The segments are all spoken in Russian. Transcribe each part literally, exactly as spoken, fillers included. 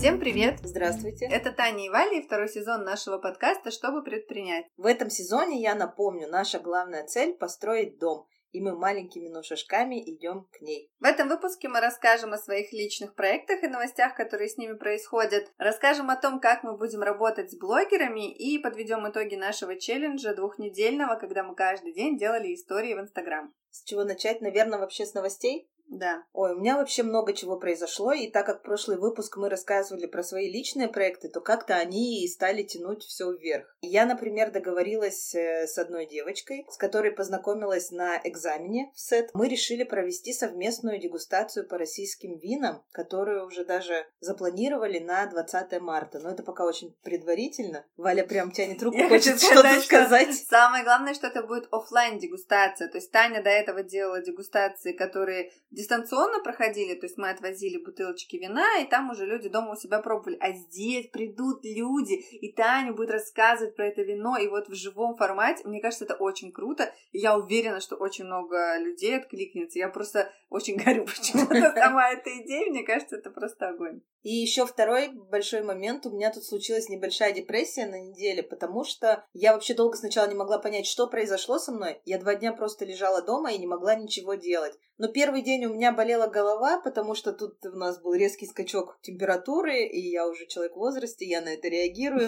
Всем привет! Здравствуйте! Это Таня и Валя, и второй сезон нашего подкаста «Чтобы предпринять». В этом сезоне, я напомню, наша главная цель – построить дом, и мы маленькими, но шажками идем к ней. В этом выпуске мы расскажем о своих личных проектах и новостях, которые с ними происходят, расскажем о том, как мы будем работать с блогерами и подведем итоги нашего челленджа двухнедельного, когда мы каждый день делали истории в Инстаграм. С чего начать? Наверное, вообще с новостей? Да. Ой, у меня вообще много чего произошло, и так как в прошлый выпуск мы рассказывали про свои личные проекты, то как-то они и стали тянуть все вверх. Я, например, договорилась с одной девочкой, с которой познакомилась на экзамене в СЭТ. Мы решили провести совместную дегустацию по российским винам, которую уже даже запланировали на двадцатое марта. Но это пока очень предварительно. Валя прям тянет руку, Я хочет что-то сказать. Самое главное, что это будет офлайн дегустация. То есть Таня до этого делала дегустации, которые дистанционно проходили, то есть мы отвозили бутылочки вина, и там уже люди дома у себя пробовали. А здесь придут люди, и Таня будет рассказывать про это вино, и вот в живом формате. Мне кажется, это очень круто, и я уверена, что очень много людей откликнется. Я просто очень горю почему-то сама этой идеей, мне кажется, это просто огонь. И еще второй большой момент. У меня тут случилась небольшая депрессия на неделе, потому что я вообще долго сначала не могла понять, что произошло со мной. Я два дня просто лежала дома и не могла ничего делать. Но первый день у меня болела голова, потому что тут у нас был резкий скачок температуры, и я уже человек в возрасте, я на это реагирую.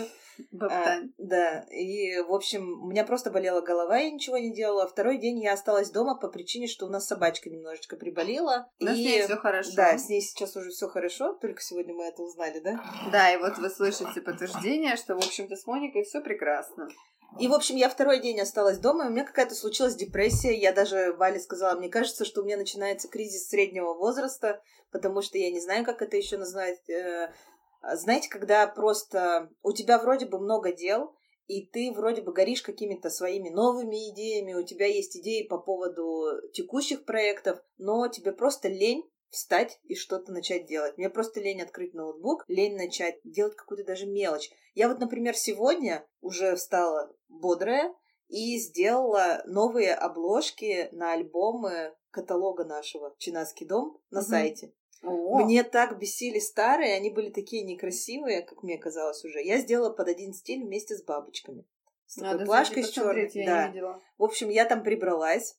А, да, и, в общем, у меня просто болела голова, я ничего не делала. Второй день я осталась дома по причине, что у нас собачка немножечко приболела. Но и... с ней все хорошо. Да, с ней сейчас уже все хорошо, только сегодня мы это узнали, да? Да, и вот вы слышите подтверждение, что, в общем-то, с Моникой все прекрасно. И, в общем, я второй день осталась дома, и у меня какая-то случилась депрессия. Я даже Вале сказала, мне кажется, что у меня начинается кризис среднего возраста, потому что я не знаю, как это еще назвать. Знаете, когда просто у тебя вроде бы много дел, и ты вроде бы горишь какими-то своими новыми идеями, у тебя есть идеи по поводу текущих проектов, но тебе просто лень встать и что-то начать делать. Мне просто лень открыть ноутбук, лень начать делать какую-то даже мелочь. Я вот, например, сегодня уже встала бодрая и сделала новые обложки на альбомы каталога нашего «Чинаский дом» на угу. сайте. О. Мне так бесили старые, они были такие некрасивые, как мне казалось уже. Я сделала под один стиль вместе с бабочками. С такой Надо плашкой с черной. Да. В общем, я там прибралась.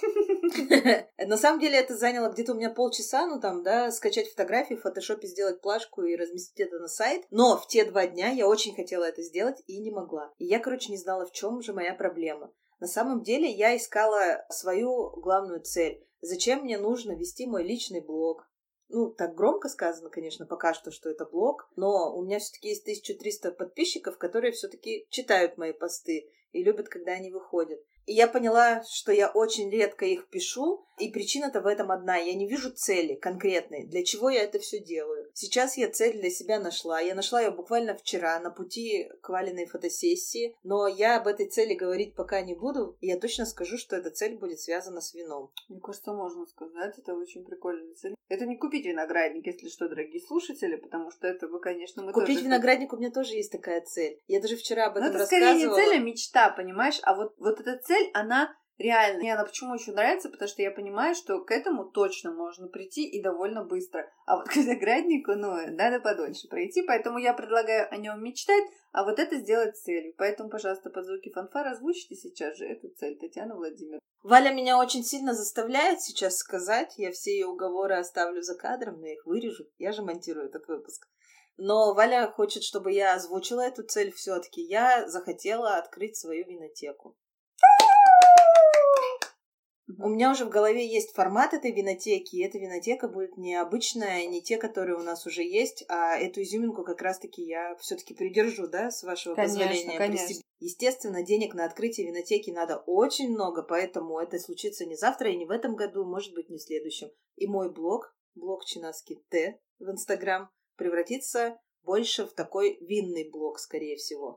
На самом деле это заняло где-то у меня полчаса, ну там, да, скачать фотографии, в фотошопе сделать плашку и разместить это на сайт. Но в те два дня я очень хотела это сделать и не могла. И я, короче, не знала, в чем же моя проблема. На самом деле я искала свою главную цель. Зачем мне нужно вести мой личный блог? Ну, так громко сказано, конечно, пока что, что это блог, но у меня все-таки есть тысяча триста подписчиков, которые все-таки читают мои посты и любят, когда они выходят. И я поняла, что я очень редко их пишу, и причина-то в этом одна. Я не вижу цели конкретной, для чего я это все делаю. Сейчас я цель для себя нашла. Я нашла ее буквально вчера на пути к Валиной фотосессии, но я об этой цели говорить пока не буду, и я точно скажу, что эта цель будет связана с вином. Мне кажется, можно сказать, это очень прикольная цель. Это не купить виноградник, если что, дорогие слушатели, потому что это вы, конечно, мы Купить тоже... виноградник у меня тоже есть такая цель. Я даже вчера об этом но это рассказывала. скорее не цель, а мечта, понимаешь? А вот, вот эта цель, она реально. Мне она почему еще нравится? Потому что я понимаю, что к этому точно можно прийти и довольно быстро. А вот к винограднику, ну, надо подольше пройти. Поэтому я предлагаю о нем мечтать, а вот это сделать целью. Поэтому, пожалуйста, под звуки фанфар озвучьте сейчас же эту цель, Татьяна Владимировна. Валя меня очень сильно заставляет сейчас сказать. Я все ее уговоры оставлю за кадром, но я их вырежу. Я же монтирую этот выпуск. Но Валя хочет, чтобы я озвучила эту цель все-таки. Я захотела открыть свою винотеку. У меня уже в голове есть формат этой винотеки, и эта винотека будет не обычная, не те, которые у нас уже есть, а эту изюминку как раз-таки я все-таки придержу, да, с вашего конечно, позволения. Конечно. Естественно, денег на открытие винотеки надо очень много, поэтому это случится не завтра и не в этом году, может быть, не в следующем. И мой блог, блог Чинаский Т в Инстаграм, превратится больше в такой винный блог, скорее всего.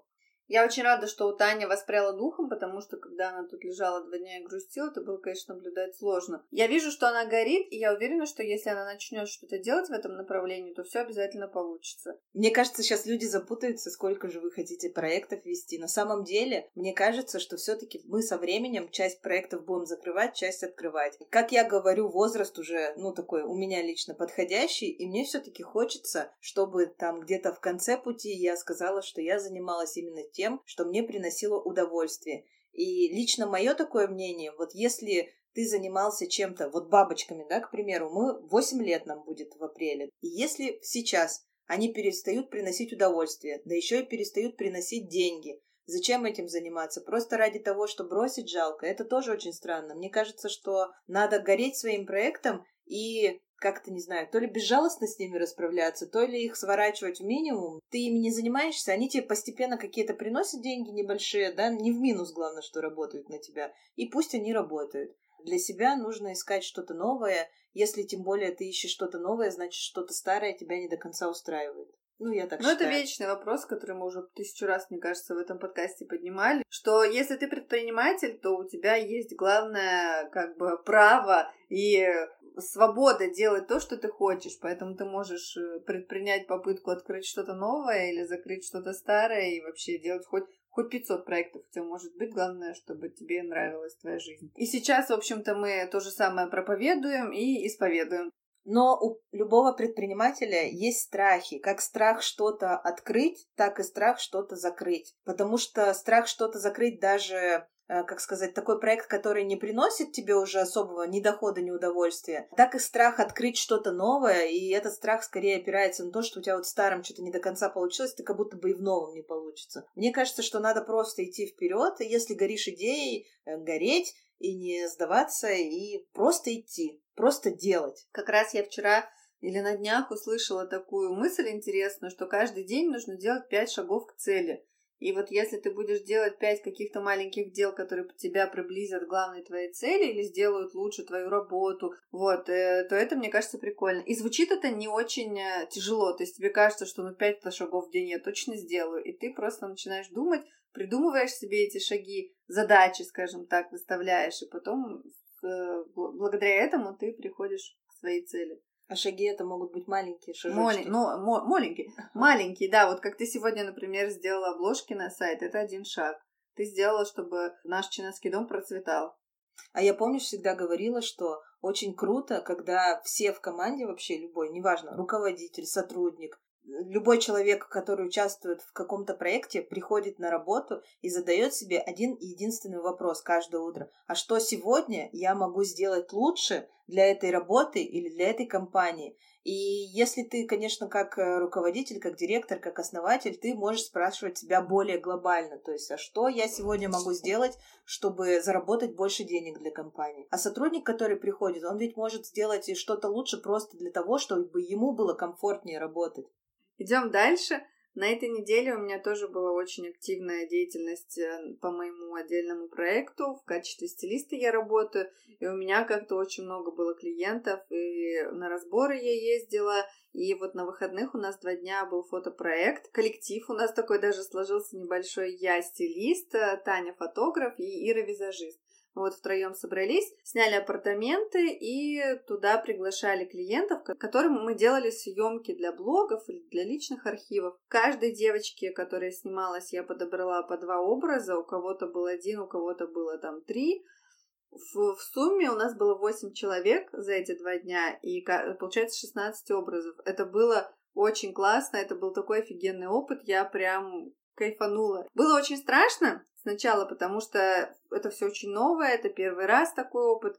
Я очень рада, что у Тани воспряла духом, потому что, когда она тут лежала два дня и грустила, это было, конечно, наблюдать сложно. Я вижу, что она горит, и я уверена, что если она начнет что-то делать в этом направлении, то все обязательно получится. Мне кажется, сейчас люди запутаются, сколько же вы хотите проектов вести. На самом деле, мне кажется, что все-таки мы со временем часть проектов будем закрывать, часть открывать. Как я говорю, возраст уже, ну, такой у меня лично подходящий, и мне все-таки хочется, чтобы там где-то в конце пути я сказала, что я занималась именно тем, тем, что мне приносило удовольствие. И лично мое такое мнение, вот если ты занимался чем-то, вот бабочками, да, к примеру, мы восемь лет нам будет в апреле, и если сейчас они перестают приносить удовольствие, да еще и перестают приносить деньги, зачем этим заниматься? Просто ради того, что бросить жалко, это тоже очень странно. Мне кажется, что надо гореть своим проектом и как-то, не знаю, то ли безжалостно с ними расправляться, то ли их сворачивать в минимум. Ты ими не занимаешься, они тебе постепенно какие-то приносят деньги небольшие, да, не в минус, главное, что работают на тебя, и пусть они работают. Для себя нужно искать что-то новое, если тем более ты ищешь что-то новое, значит, что-то старое тебя не до конца устраивает. Ну, я так Но считаю. это вечный вопрос, который мы уже тысячу раз, мне кажется, в этом подкасте поднимали, что если ты предприниматель, то у тебя есть главное, как бы, право и свобода делать то, что ты хочешь, поэтому ты можешь предпринять попытку открыть что-то новое или закрыть что-то старое и вообще делать хоть Хоть пятьсот проектов у тебя может быть, главное, чтобы тебе нравилась твоя жизнь. И сейчас, в общем-то, мы то же самое проповедуем и исповедуем. Но у любого предпринимателя есть страхи. Как страх что-то открыть, так и страх что-то закрыть. Потому что страх что-то закрыть даже, как сказать, такой проект, который не приносит тебе уже особого ни дохода, ни удовольствия, так и страх открыть что-то новое, и этот страх скорее опирается на то, что у тебя вот в старом что-то не до конца получилось, ты как будто бы и в новом не получится. Мне кажется, что надо просто идти вперед, и если горишь идеей, гореть, и не сдаваться, и просто идти. Просто делать. Как раз я вчера или на днях услышала такую мысль интересную, что каждый день нужно делать пять шагов к цели. И вот если ты будешь делать пять каких-то маленьких дел, которые тебя приблизят к главной твоей цели или сделают лучше твою работу, вот, то это, мне кажется, прикольно. И звучит это не очень тяжело. То есть тебе кажется, что ну пять шагов в день я точно сделаю. И ты просто начинаешь думать, придумываешь себе эти шаги, задачи, скажем так, выставляешь, и потом благодаря этому ты приходишь к своей цели. А шаги это могут быть маленькие шажочки. Моли, ну, мо, маленькие. Маленькие, да. Вот как ты сегодня, например, сделала обложки на сайт, это один шаг. Ты сделала, чтобы наш Чинаский дом процветал. А я, помнишь, всегда говорила, что очень круто, когда все в команде вообще, любой, неважно, руководитель, сотрудник, любой человек, который участвует в каком-то проекте, приходит на работу и задает себе один единственный вопрос каждое утро. А что сегодня я могу сделать лучше для этой работы или для этой компании? И если ты, конечно, как руководитель, как директор, как основатель, ты можешь спрашивать себя более глобально. То есть, а что я сегодня могу сделать, чтобы заработать больше денег для компании? А сотрудник, который приходит, он ведь может сделать и что-то лучше просто для того, чтобы ему было комфортнее работать. Идем дальше. На этой неделе у меня тоже была очень активная деятельность по моему отдельному проекту. В качестве стилиста я работаю, и у меня как-то очень много было клиентов, и на разборы я ездила, и вот на выходных у нас два дня был фотопроект. Коллектив у нас такой даже сложился небольшой. Я стилист, Таня фотограф и Ира визажист. Мы вот втроем собрались, сняли апартаменты и туда приглашали клиентов, которым мы делали съемки для блогов или для личных архивов. Каждой девочке, которая снималась, я подобрала по два образа. У кого-то был один, у кого-то было там три. В, в сумме у нас было восемь человек за эти два дня, и получается шестнадцать образов. Это было очень классно, это был такой офигенный опыт, я прям кайфанула. Было очень страшно сначала, потому что это все очень новое, это первый раз такой опыт,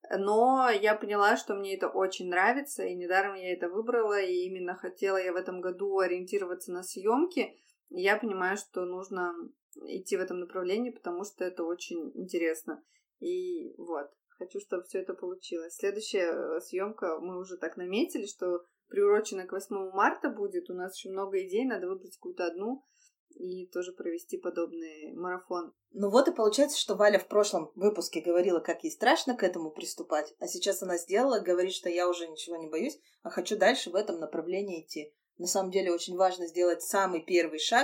но я поняла, что мне это очень нравится, и недаром я это выбрала, и именно хотела я в этом году ориентироваться на съемки. Я понимаю, что нужно идти в этом направлении, потому что это очень интересно. И вот, хочу, чтобы все это получилось. Следующая съемка мы уже так наметили, что приурочена к восьмому марта будет. У нас еще много идей, надо выбрать какую-то одну и тоже провести подобный марафон. Ну вот и получается, что Валя в прошлом выпуске говорила, как ей страшно к этому приступать, а сейчас она сделала, говорит, что я уже ничего не боюсь, а хочу дальше в этом направлении идти. На самом деле очень важно сделать самый первый шаг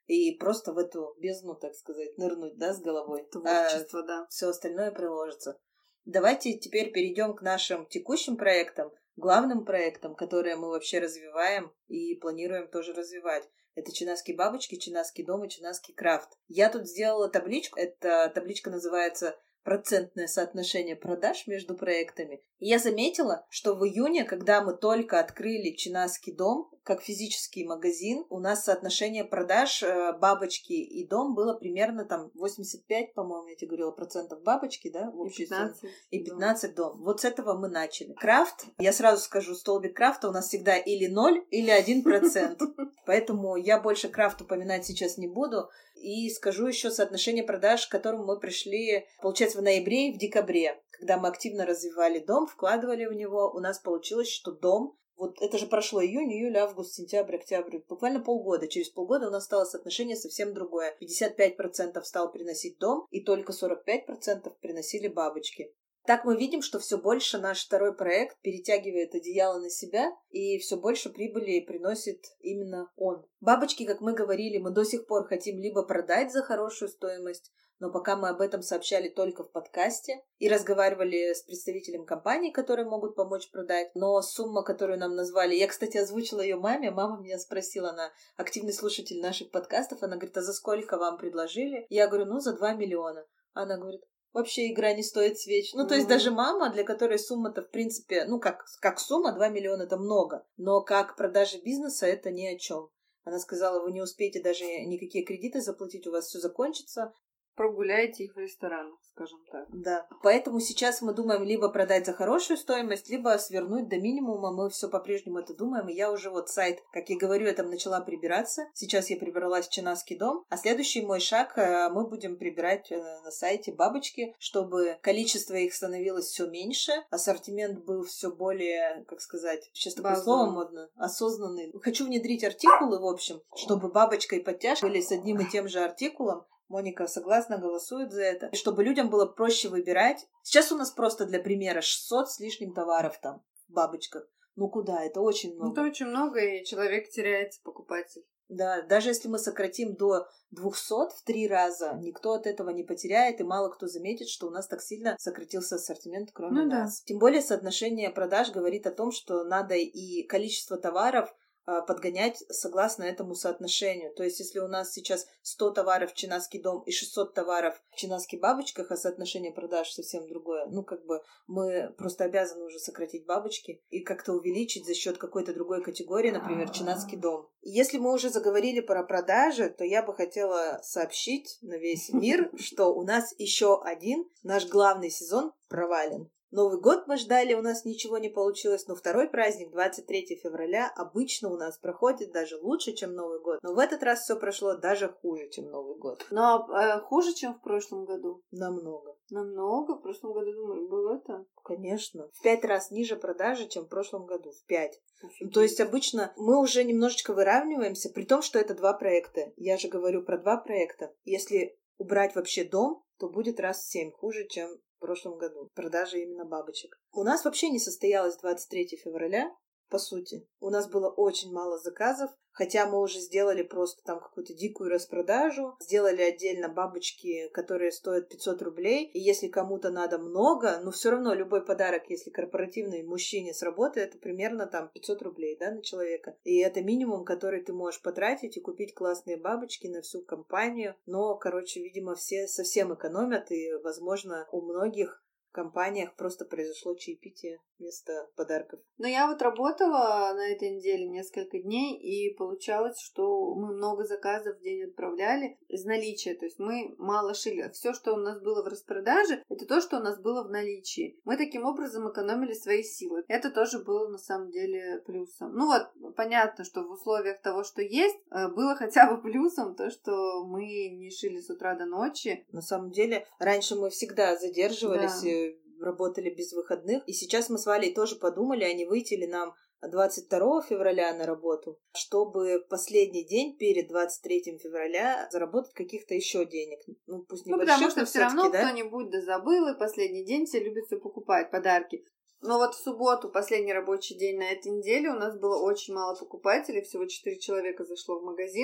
и просто в эту бездну, так сказать, нырнуть, да, с головой. Творчество, а да. Все остальное приложится. Давайте теперь перейдем к нашим текущим проектам, главным проектам, которые мы вообще развиваем и планируем тоже развивать. Это «Чинаские бабочки», «Чинаский дом» и «Чинаский крафт». Я тут сделала табличку. Эта табличка называется «Процентное соотношение продаж между проектами». И я заметила, что в июне, когда мы только открыли «Чинаский дом», как физический магазин, у нас соотношение продаж э, бабочки и дом было примерно там восемьдесят пять, по-моему, я тебе говорила, процентов бабочки, да, в общей сумме. И пятнадцать дом. Вот с этого мы начали. Крафт, я сразу скажу, столбик крафта у нас всегда или ноль, или один процент. Поэтому я больше крафт упоминать сейчас не буду. И скажу еще соотношение продаж, к которому мы пришли, получается, в ноябре и в декабре. Когда мы активно развивали дом, вкладывали в него, у нас получилось, что дом, вот это же прошло июнь, июль, август, сентябрь, октябрь, буквально полгода. Через полгода у нас стало соотношение совсем другое. пятьдесят пять процентов стал приносить дом, и только сорок пять процентов приносили бабочки. Так мы видим, что все больше наш второй проект перетягивает одеяло на себя, и все больше прибыли приносит именно он. Бабочки, как мы говорили, мы до сих пор хотим либо продать за хорошую стоимость, но пока мы об этом сообщали только в подкасте и разговаривали с представителем компании, которые могут помочь продать, но сумма, которую нам назвали, я, кстати, озвучила ее маме, мама меня спросила, она активный слушатель наших подкастов, она говорит, а за сколько вам предложили? Я говорю, ну, за два миллиона. Она говорит, вообще игра не стоит свеч. Ну, то есть mm-hmm. даже мама, для которой сумма-то, в принципе, ну, как, как сумма, два миллиона это много, но как продажа бизнеса это ни о чем. Она сказала, вы не успеете даже никакие кредиты заплатить, у вас все закончится. Прогуляйте их в ресторанах, скажем так. Да. Поэтому сейчас мы думаем либо продать за хорошую стоимость, либо свернуть до минимума. Мы все по-прежнему это думаем. И я уже вот сайт, как я говорю, я там начала прибираться. Сейчас я прибралась в Чинаский дом. А следующий мой шаг, мы будем прибирать на сайте бабочки, чтобы количество их становилось все меньше, ассортимент был все более, как сказать, сейчас такое Базовый. Слово модно, осознанный. Хочу внедрить артикулы, в общем, чтобы бабочка и подтяжка были с одним и тем же артикулом. Моника согласна, голосует за это. Чтобы людям было проще выбирать. Сейчас у нас просто для примера шестьсот с лишним товаров там в бабочках. Ну куда? Это очень много. Это очень много, и человек теряется, покупатель. Да, даже если мы сократим до двухсот в три раза, никто от этого не потеряет, и мало кто заметит, что у нас так сильно сократился ассортимент, кроме ну, нас. Да. Тем более соотношение продаж говорит о том, что надо и количество товаров подгонять согласно этому соотношению. То есть, если у нас сейчас сто товаров в Чинаский дом и шестьсот товаров в Чинаских бабочках, а соотношение продаж совсем другое, ну, как бы мы просто обязаны уже сократить бабочки и как-то увеличить за счет какой-то другой категории, например, Чинаский дом. Если мы уже заговорили про продажи, то я бы хотела сообщить на весь мир, что у нас еще один наш главный сезон провален. Новый год мы ждали, у нас ничего не получилось, но второй праздник, двадцать третьего февраля, обычно у нас проходит даже лучше, чем Новый год. Но в этот раз все прошло даже хуже, чем Новый год. Но э, хуже, чем в прошлом году? Намного. Намного? В прошлом году, думаю, было это? Конечно. В пять раз ниже продажи, чем в прошлом году. В пять. Ну, то есть обычно мы уже немножечко выравниваемся, при том, что это два проекта. Я же говорю про два проекта. Если убрать вообще дом, то будет раз в семь хуже, чем в прошлом году. Продажи именно бабочек. У нас вообще не состоялось двадцать третьего февраля, по сути. У нас было очень мало заказов, хотя мы уже сделали просто там какую-то дикую распродажу, сделали отдельно бабочки, которые стоят пятьсот рублей, и если кому-то надо много, но все равно любой подарок, если корпоративный мужчине с работы, это примерно там пятьсот рублей, да, на человека. И это минимум, который ты можешь потратить и купить классные бабочки на всю компанию. Но, короче, видимо, все совсем экономят, и, возможно, у многих в компаниях просто произошло чаепитие вместо подарков. Но я вот работала на этой неделе несколько дней, и получалось, что мы много заказов в день отправляли из наличия. То есть мы мало шили. Все, что у нас было в распродаже, это то, что у нас было в наличии. Мы таким образом экономили свои силы. Это тоже было на самом деле плюсом. Ну вот, понятно, что в условиях того, что есть, было хотя бы плюсом то, что мы не шили с утра до ночи. На самом деле, раньше мы всегда задерживались, да. Работали без выходных. И сейчас мы с Валей тоже подумали, а не выйти ли нам двадцать второго февраля на работу, чтобы последний день перед двадцать третьего февраля заработать каких-то еще денег. Ну, пусть небольших, ну, потому что все равно да? кто-нибудь да забыл, и последний день все любят все покупать, подарки. Но вот в субботу, последний рабочий день на этой неделе, у нас было очень мало покупателей, всего четыре человека зашло в магазин,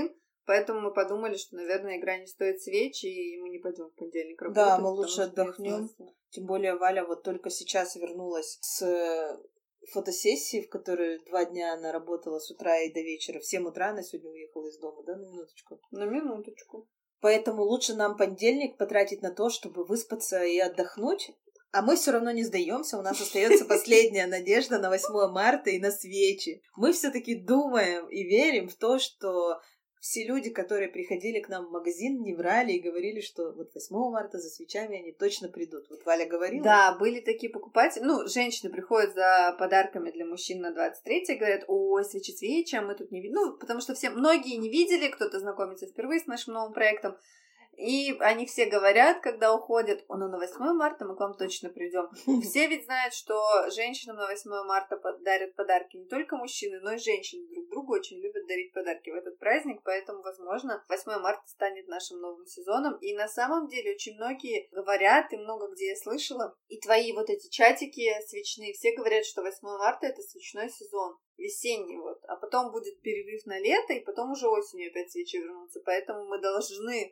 Поэтому мы подумали, что, наверное, игра не стоит свечи, и мы не пойдем в понедельник работать. Да, мы лучше отдохнем. Тем более Валя вот только сейчас вернулась с фотосессии, в которой два дня она работала с утра и до вечера. В семь утра она сегодня уехала из дома, да, на минуточку? На минуточку. Поэтому лучше нам понедельник потратить на то, чтобы выспаться и отдохнуть. А мы все равно не сдаемся. У нас остается последняя надежда на восьмое марта и на свечи. Мы все-таки думаем и верим в то, что все люди, которые приходили к нам в магазин, не врали и говорили, что вот восьмого марта за свечами они точно придут. Вот Валя говорила. Да, были такие покупатели. Ну, женщины приходят за подарками для мужчин на двадцать третье, говорят: ой, свечи-свечи, а мы тут не видим. Ну, потому что все, многие не видели, кто-то знакомится впервые с нашим новым проектом. И они все говорят, когда уходят: о, ну на восьмое марта мы к вам точно придем. Все ведь знают, что женщинам на восьмое марта дарят подарки не только мужчины, но и женщины друг другу очень любят дарить подарки в этот праздник, поэтому, возможно, восьмое марта станет нашим новым сезоном. И на самом деле очень многие говорят, и много где я слышала, и твои вот эти чатики свечные, все говорят, что восьмое марта это свечной сезон. Весенний вот, а потом будет перерыв на лето, и потом уже осенью опять свечи вернутся, поэтому мы должны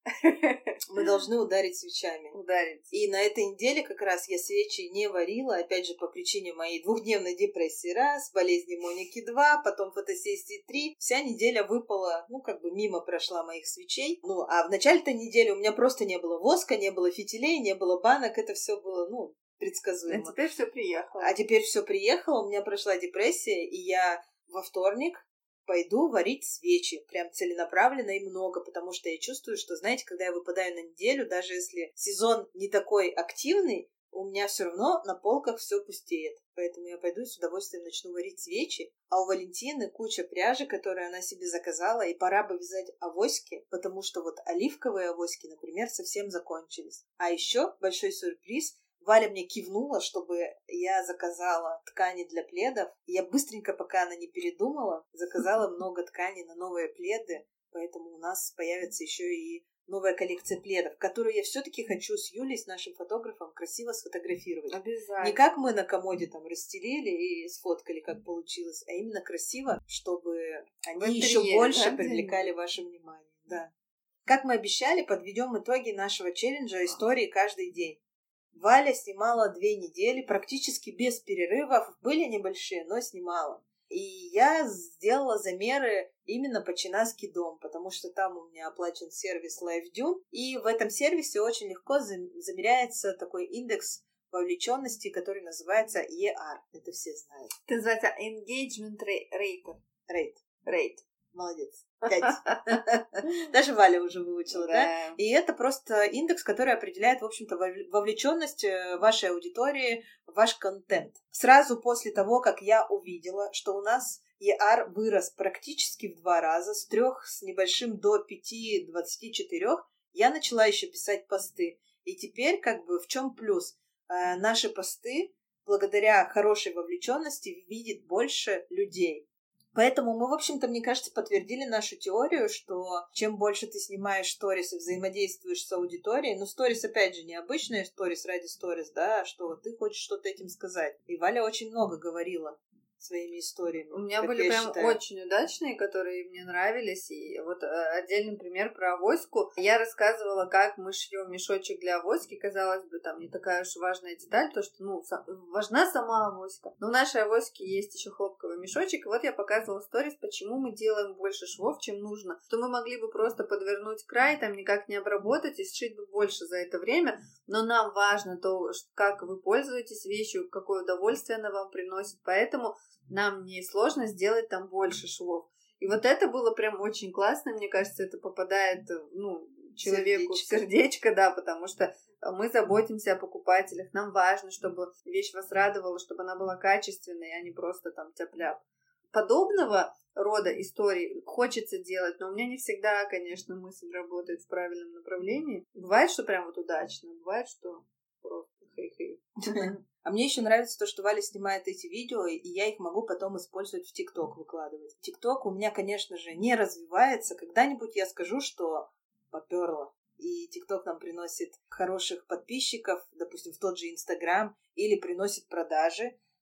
Мы должны ударить свечами. Ударить. И на этой неделе как раз я свечи не варила, опять же, по причине моей двухдневной депрессии раз, болезни Моники два, потом фотосессии три. Вся неделя выпала, ну, как бы мимо прошла моих свечей. Ну, а в начале-то недели у меня просто не было воска, не было фитилей, не было банок, это все было, ну, предсказуемо. А теперь все приехало. А теперь все приехало, у меня прошла депрессия, и я во вторник пойду варить свечи, прям целенаправленно и много, потому что я чувствую, что, знаете, когда я выпадаю на неделю, даже если сезон не такой активный, у меня все равно на полках все пустеет. Поэтому я пойду и с удовольствием начну варить свечи. А у Валентины куча пряжи, которую она себе заказала, и пора бы вязать авоськи, потому что вот оливковые авоськи, например, совсем закончились. А еще большой сюрприз — Валя мне кивнула, чтобы я заказала ткани для пледов. Я быстренько, пока она не передумала, заказала много тканей на новые пледы, поэтому у нас появится еще и новая коллекция пледов, которую я все-таки хочу с Юлей, с нашим фотографом, красиво сфотографировать. Обязательно. Не как мы на комоде там расстелили и сфоткали, как получилось, а именно красиво, чтобы они еще больше да, привлекали ваше внимание. Да. Как мы обещали, подведем итоги нашего челленджа «Истории каждый день». Валя снимала две недели, практически без перерывов. Были небольшие, но снимала. И я сделала замеры именно по Чинаский дом, потому что там у меня оплачен сервис LiveDune. И в этом сервисе очень легко замеряется такой индекс вовлеченности, который называется и ар. Это все знают. Это называется Engagement Rate. Rate. Rate. Молодец. Пять. Даже Валя уже выучила, да. да? И это просто индекс, который определяет, в общем-то, вовлеченность вашей аудитории в ваш контент. Сразу после того, как я увидела, что у нас и ар вырос практически в два раза, с трех с небольшим до пяти двадцати четырех, я начала еще писать посты. И теперь, как бы, в чем плюс? Э, наши посты, благодаря хорошей вовлеченности, видит больше людей. Поэтому мы, в общем-то, мне кажется, подтвердили нашу теорию, что чем больше ты снимаешь сторис и взаимодействуешь с аудиторией, ну, сторис, опять же, не обычные сторис ради сторис, да, а что ты хочешь что-то этим сказать. И Валя очень много говорила своими историями. У меня были прям считаю. очень удачные, которые мне нравились. И вот отдельный пример про авоську. Я рассказывала, как мы шьем мешочек для авоськи. Казалось бы, там не такая уж важная деталь, то что, ну, важна сама авоська. Но в нашей авоське есть еще хлопковый мешочек. И вот я показывала в сторис, почему мы делаем больше швов, чем нужно. Что мы могли бы просто подвернуть край, там никак не обработать и сшить бы больше за это время. Но нам важно то, как вы пользуетесь вещью, какое удовольствие она вам приносит. Поэтому нам не сложно сделать там больше швов. И вот это было прям очень классно. Мне кажется, это попадает, ну, человеку сердечко. в сердечко, да, потому что мы заботимся о покупателях. Нам важно, чтобы вещь вас радовала, чтобы она была качественной, а не просто там тяп-ляп. Подобного рода истории хочется делать, но у меня не всегда, конечно, мысль работает в правильном направлении. Бывает, что прям вот удачно, бывает, что просто хей-хей. А мне еще нравится то, что Валя снимает эти видео, и я их могу потом использовать в ТикТок, выкладывать. ТикТок у меня, конечно же, не развивается. Когда-нибудь я скажу, что попёрло. И ТикТок нам приносит хороших подписчиков, допустим, в тот же Инстаграм, или приносит продажи.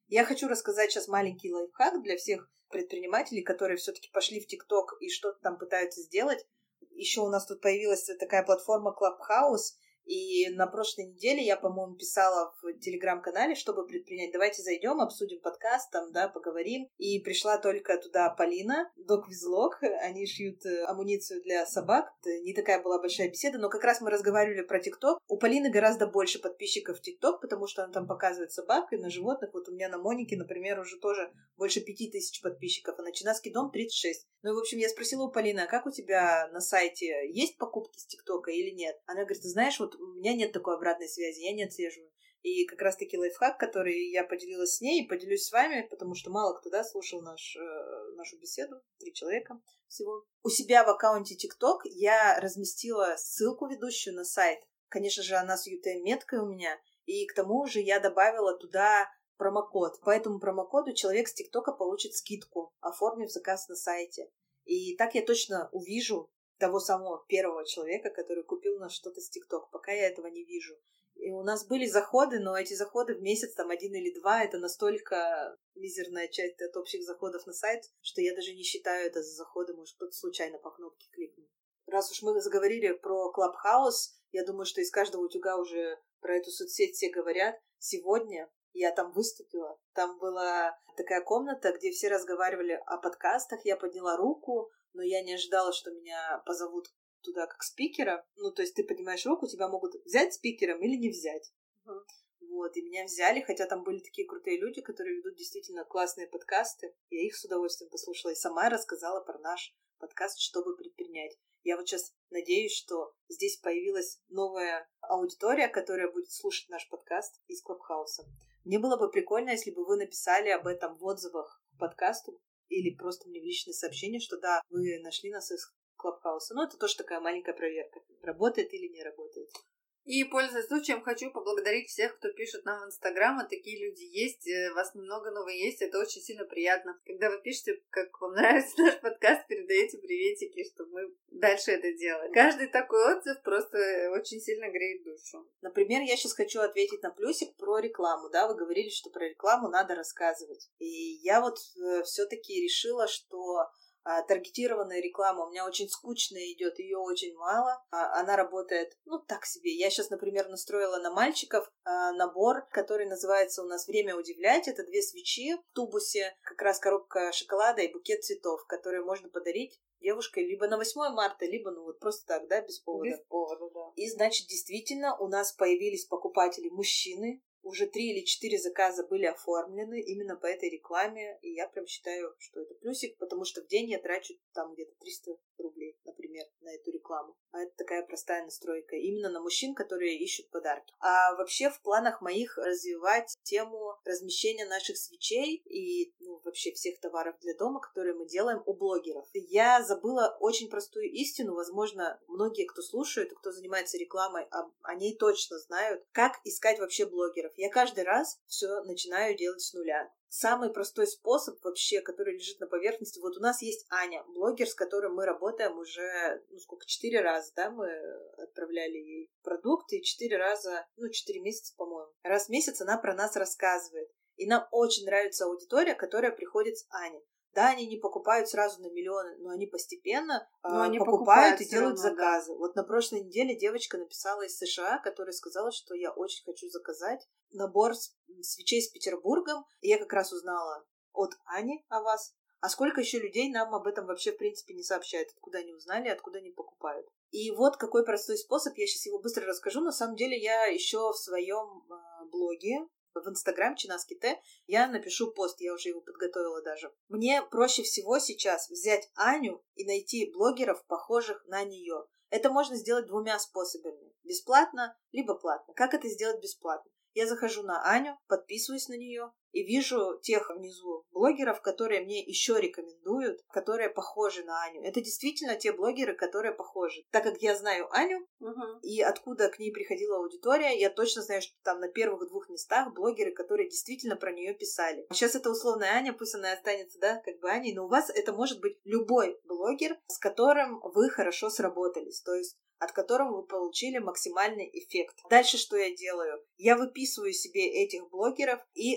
Я хочу рассказать сейчас маленький лайфхак для всех предпринимателей, которые все-таки пошли в ТикТок и что-то там пытаются сделать. Еще у нас тут появилась такая платформа Clubhouse, и на прошлой неделе я, по-моему, писала в Телеграм-канале, чтобы предпринять. Давайте зайдем, обсудим подкаст, там, да, поговорим. И пришла только туда Полина, Док-Визлог. Они шьют амуницию для собак. Это не такая была большая беседа, но как раз мы разговаривали про ТикТок. У Полины гораздо больше подписчиков в ТикТок, потому что она там показывает собак и на животных. Вот у меня на Монике, например, уже тоже больше пяти тысяч подписчиков, а на Чинаский дом тридцать шесть. Ну и, в общем, я спросила у Полины, а как у тебя на сайте есть покупки с ТикТока или нет? Она говорит, ты знаешь, вот у меня нет такой обратной связи, я не отслеживаю. И как раз-таки лайфхак, который я поделилась с ней и поделюсь с вами, потому что мало кто, да, слушал наш, э, нашу беседу, три человека всего. У себя в аккаунте TikTok я разместила ссылку ведущую на сайт. Конечно же, она с ю ти эм-меткой у меня. И к тому же я добавила туда промокод. По этому промокоду человек с ТикТока получит скидку, оформив заказ на сайте. И так я точно увижу того самого первого человека, который купил у нас что-то с ТикТок. Пока я этого не вижу. И у нас были заходы, но эти заходы в месяц, там, один или два, это настолько мизерная часть от общих заходов на сайт, что я даже не считаю это за заходы, может, кто-то случайно по кнопке кликнул. Раз уж мы заговорили про Clubhouse, я думаю, что из каждого утюга уже про эту соцсеть все говорят. Сегодня я там выступила. Там была такая комната, где все разговаривали о подкастах. Я подняла руку, но я не ожидала, что меня позовут туда как спикера. Ну, то есть ты поднимаешь руку, тебя могут взять спикером или не взять. Uh-huh. Вот, и меня взяли, хотя там были такие крутые люди, которые ведут действительно классные подкасты. Я их с удовольствием послушала и сама рассказала про наш подкаст «Чтобы предпринять». Я вот сейчас надеюсь, что здесь появилась новая аудитория, которая будет слушать наш подкаст из Клабхауса. Мне было бы прикольно, если бы вы написали об этом в отзывах к подкасту или просто мне в личное сообщение, что да, вы нашли нас из Клабхауса. Ну, это тоже такая маленькая проверка, работает или не работает. И, пользуясь случаем, хочу поблагодарить всех, кто пишет нам в Инстаграм. А такие люди есть, вас немного, но вы есть. Это очень сильно приятно. Когда вы пишете, как вам нравится наш подкаст, передаете приветики, чтобы мы дальше это делали. Каждый такой отзыв просто очень сильно греет душу. Например, я сейчас хочу ответить на плюсик про рекламу. Да, вы говорили, что про рекламу надо рассказывать. И я вот э, все-таки решила, что таргетированная реклама у меня очень скучная идет, ее очень мало. Она работает, ну, так себе. Я сейчас, например, настроила на мальчиков набор, который называется у нас «Время удивлять». Это две свечи в тубусе, как раз коробка шоколада и букет цветов, которые можно подарить девушкой либо на восьмое марта, либо, ну, вот просто так, да, без повода. Без повода, да. И, значит, действительно, у нас появились покупатели мужчины. Уже три или четыре заказа были оформлены именно по этой рекламе, и я прям считаю, что это плюсик, потому что в день я трачу там где-то триста рублей, например, на эту рекламу. А это такая простая настройка именно на мужчин, которые ищут подарки. А вообще в планах моих развивать тему размещения наших свечей и ну, вообще всех товаров для дома, которые мы делаем у блогеров. Я забыла очень простую истину, возможно, многие, кто слушает, кто занимается рекламой, о ней точно знают, как искать вообще блогеров. Я каждый раз все начинаю делать с нуля. Самый простой способ вообще, который лежит на поверхности, вот у нас есть Аня, блогер, с которым мы работаем уже, ну сколько, четыре раза, да, мы отправляли ей продукты, и четыре раза, ну четыре месяца, по-моему. Раз в месяц она про нас рассказывает. И нам очень нравится аудитория, которая приходит с Аней. Да, они не покупают сразу на миллионы, но они постепенно но э, они покупают, покупают и делают равно, заказы. Да. Вот на прошлой неделе девочка написала из США, которая сказала, что я очень хочу заказать набор свечей с Петербургом. И я как раз узнала от Ани о вас. А сколько еще людей нам об этом вообще в принципе не сообщают, откуда они узнали, откуда они покупают. И вот какой простой способ, я сейчас его быстро расскажу. На самом деле я еще в своем э, блоге, в Инстаграм Чинаский Т, я напишу пост, я уже его подготовила даже. Мне проще всего сейчас взять Аню и найти блогеров, похожих на нее. Это можно сделать двумя способами. Бесплатно, либо платно. Как это сделать бесплатно? Я захожу на Аню, подписываюсь на нее и вижу тех внизу блогеров, которые мне еще рекомендуют, которые похожи на Аню. Это действительно те блогеры, которые похожи. Так как я знаю Аню, uh-huh. и откуда к ней приходила аудитория, я точно знаю, что там на первых двух местах блогеры, которые действительно про нее писали. Сейчас это условная Аня, пусть она останется, да, как бы Аней, но у вас это может быть любой блогер, с которым вы хорошо сработались. То есть от которого вы получили максимальный эффект. Дальше что я делаю? Я выписываю себе этих блогеров и анализирую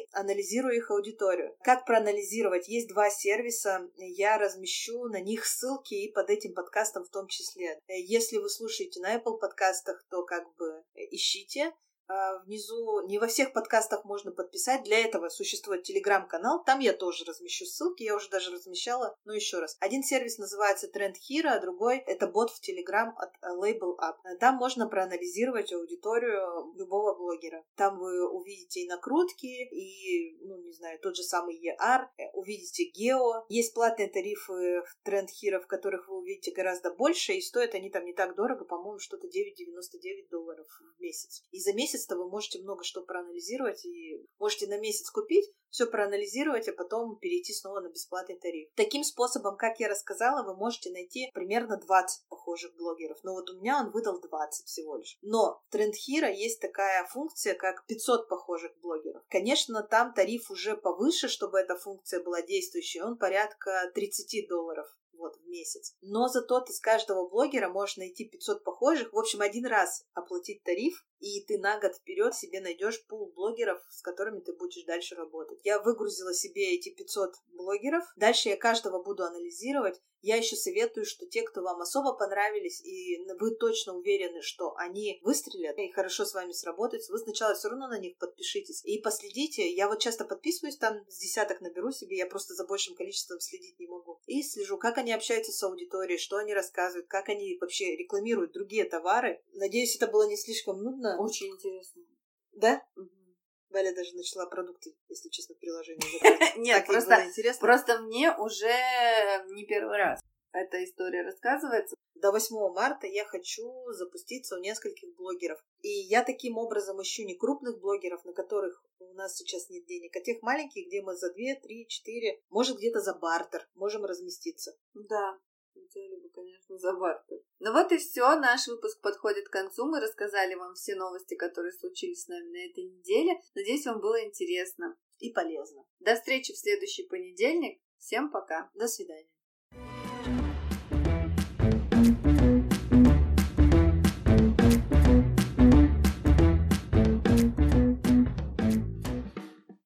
проанализирую их аудиторию. Как проанализировать? Есть два сервиса, я размещу на них ссылки и под этим подкастом в том числе. Если вы слушаете на Apple подкастах, то как бы ищите. Внизу не во всех подкастах можно подписать. Для этого существует телеграм-канал. Там я тоже размещу ссылки. Я уже даже размещала. Но еще раз. Один сервис называется Trend Hero, а другой — это бот в Telegram от Label Up. Там можно проанализировать аудиторию любого блогера. Там вы увидите и накрутки, и, ну, не знаю, тот же самый и ар, увидите гео. Есть платные тарифы в Trend Hero, в которых вы увидите гораздо больше, и стоят они там не так дорого, по-моему, что-то девять девяносто девять долларов в месяц. И за месяц то вы можете много что проанализировать и можете на месяц купить, все проанализировать, а потом перейти снова на бесплатный тариф. Таким способом, как я рассказала, вы можете найти примерно двадцать похожих блогеров. Но вот у меня он выдал двадцать всего лишь. Но в Trend Hero есть такая функция, как пятьсот похожих блогеров. Конечно, там тариф уже повыше, чтобы эта функция была действующей. Он порядка тридцать долларов. Вот, в месяц. Но зато ты с каждого блогера можешь найти пятьсот похожих. В общем, один раз оплатить тариф, и ты на год вперед себе найдешь пул блогеров, с которыми ты будешь дальше работать. Я выгрузила себе эти пятьсот блогеров. Дальше я каждого буду анализировать. Я еще советую, что те, кто вам особо понравились, и вы точно уверены, что они выстрелят и хорошо с вами сработают, вы сначала все равно на них подпишитесь и последите. Я вот часто подписываюсь, там с десяток наберу себе, я просто за большим количеством следить не могу. И слежу, как они общаются с аудиторией, что они рассказывают, как они вообще рекламируют другие товары. Надеюсь, это было не слишком нудно. Очень интересно. Да? Угу. Валя даже начала продукты, если честно, в приложении забрать. Нет, просто мне уже не первый раз эта история рассказывается. До восьмого марта я хочу запуститься у нескольких блогеров. И я таким образом ищу не крупных блогеров, на которых у нас сейчас нет денег, а тех маленьких, где мы за две, три, четыре, может где-то за бартер можем разместиться. Да. Хотели бы, конечно, за бартер. Ну вот и все, наш выпуск подходит к концу. Мы рассказали вам все новости, которые случились с нами на этой неделе. Надеюсь, вам было интересно и полезно. До встречи в следующий понедельник. Всем пока. До свидания.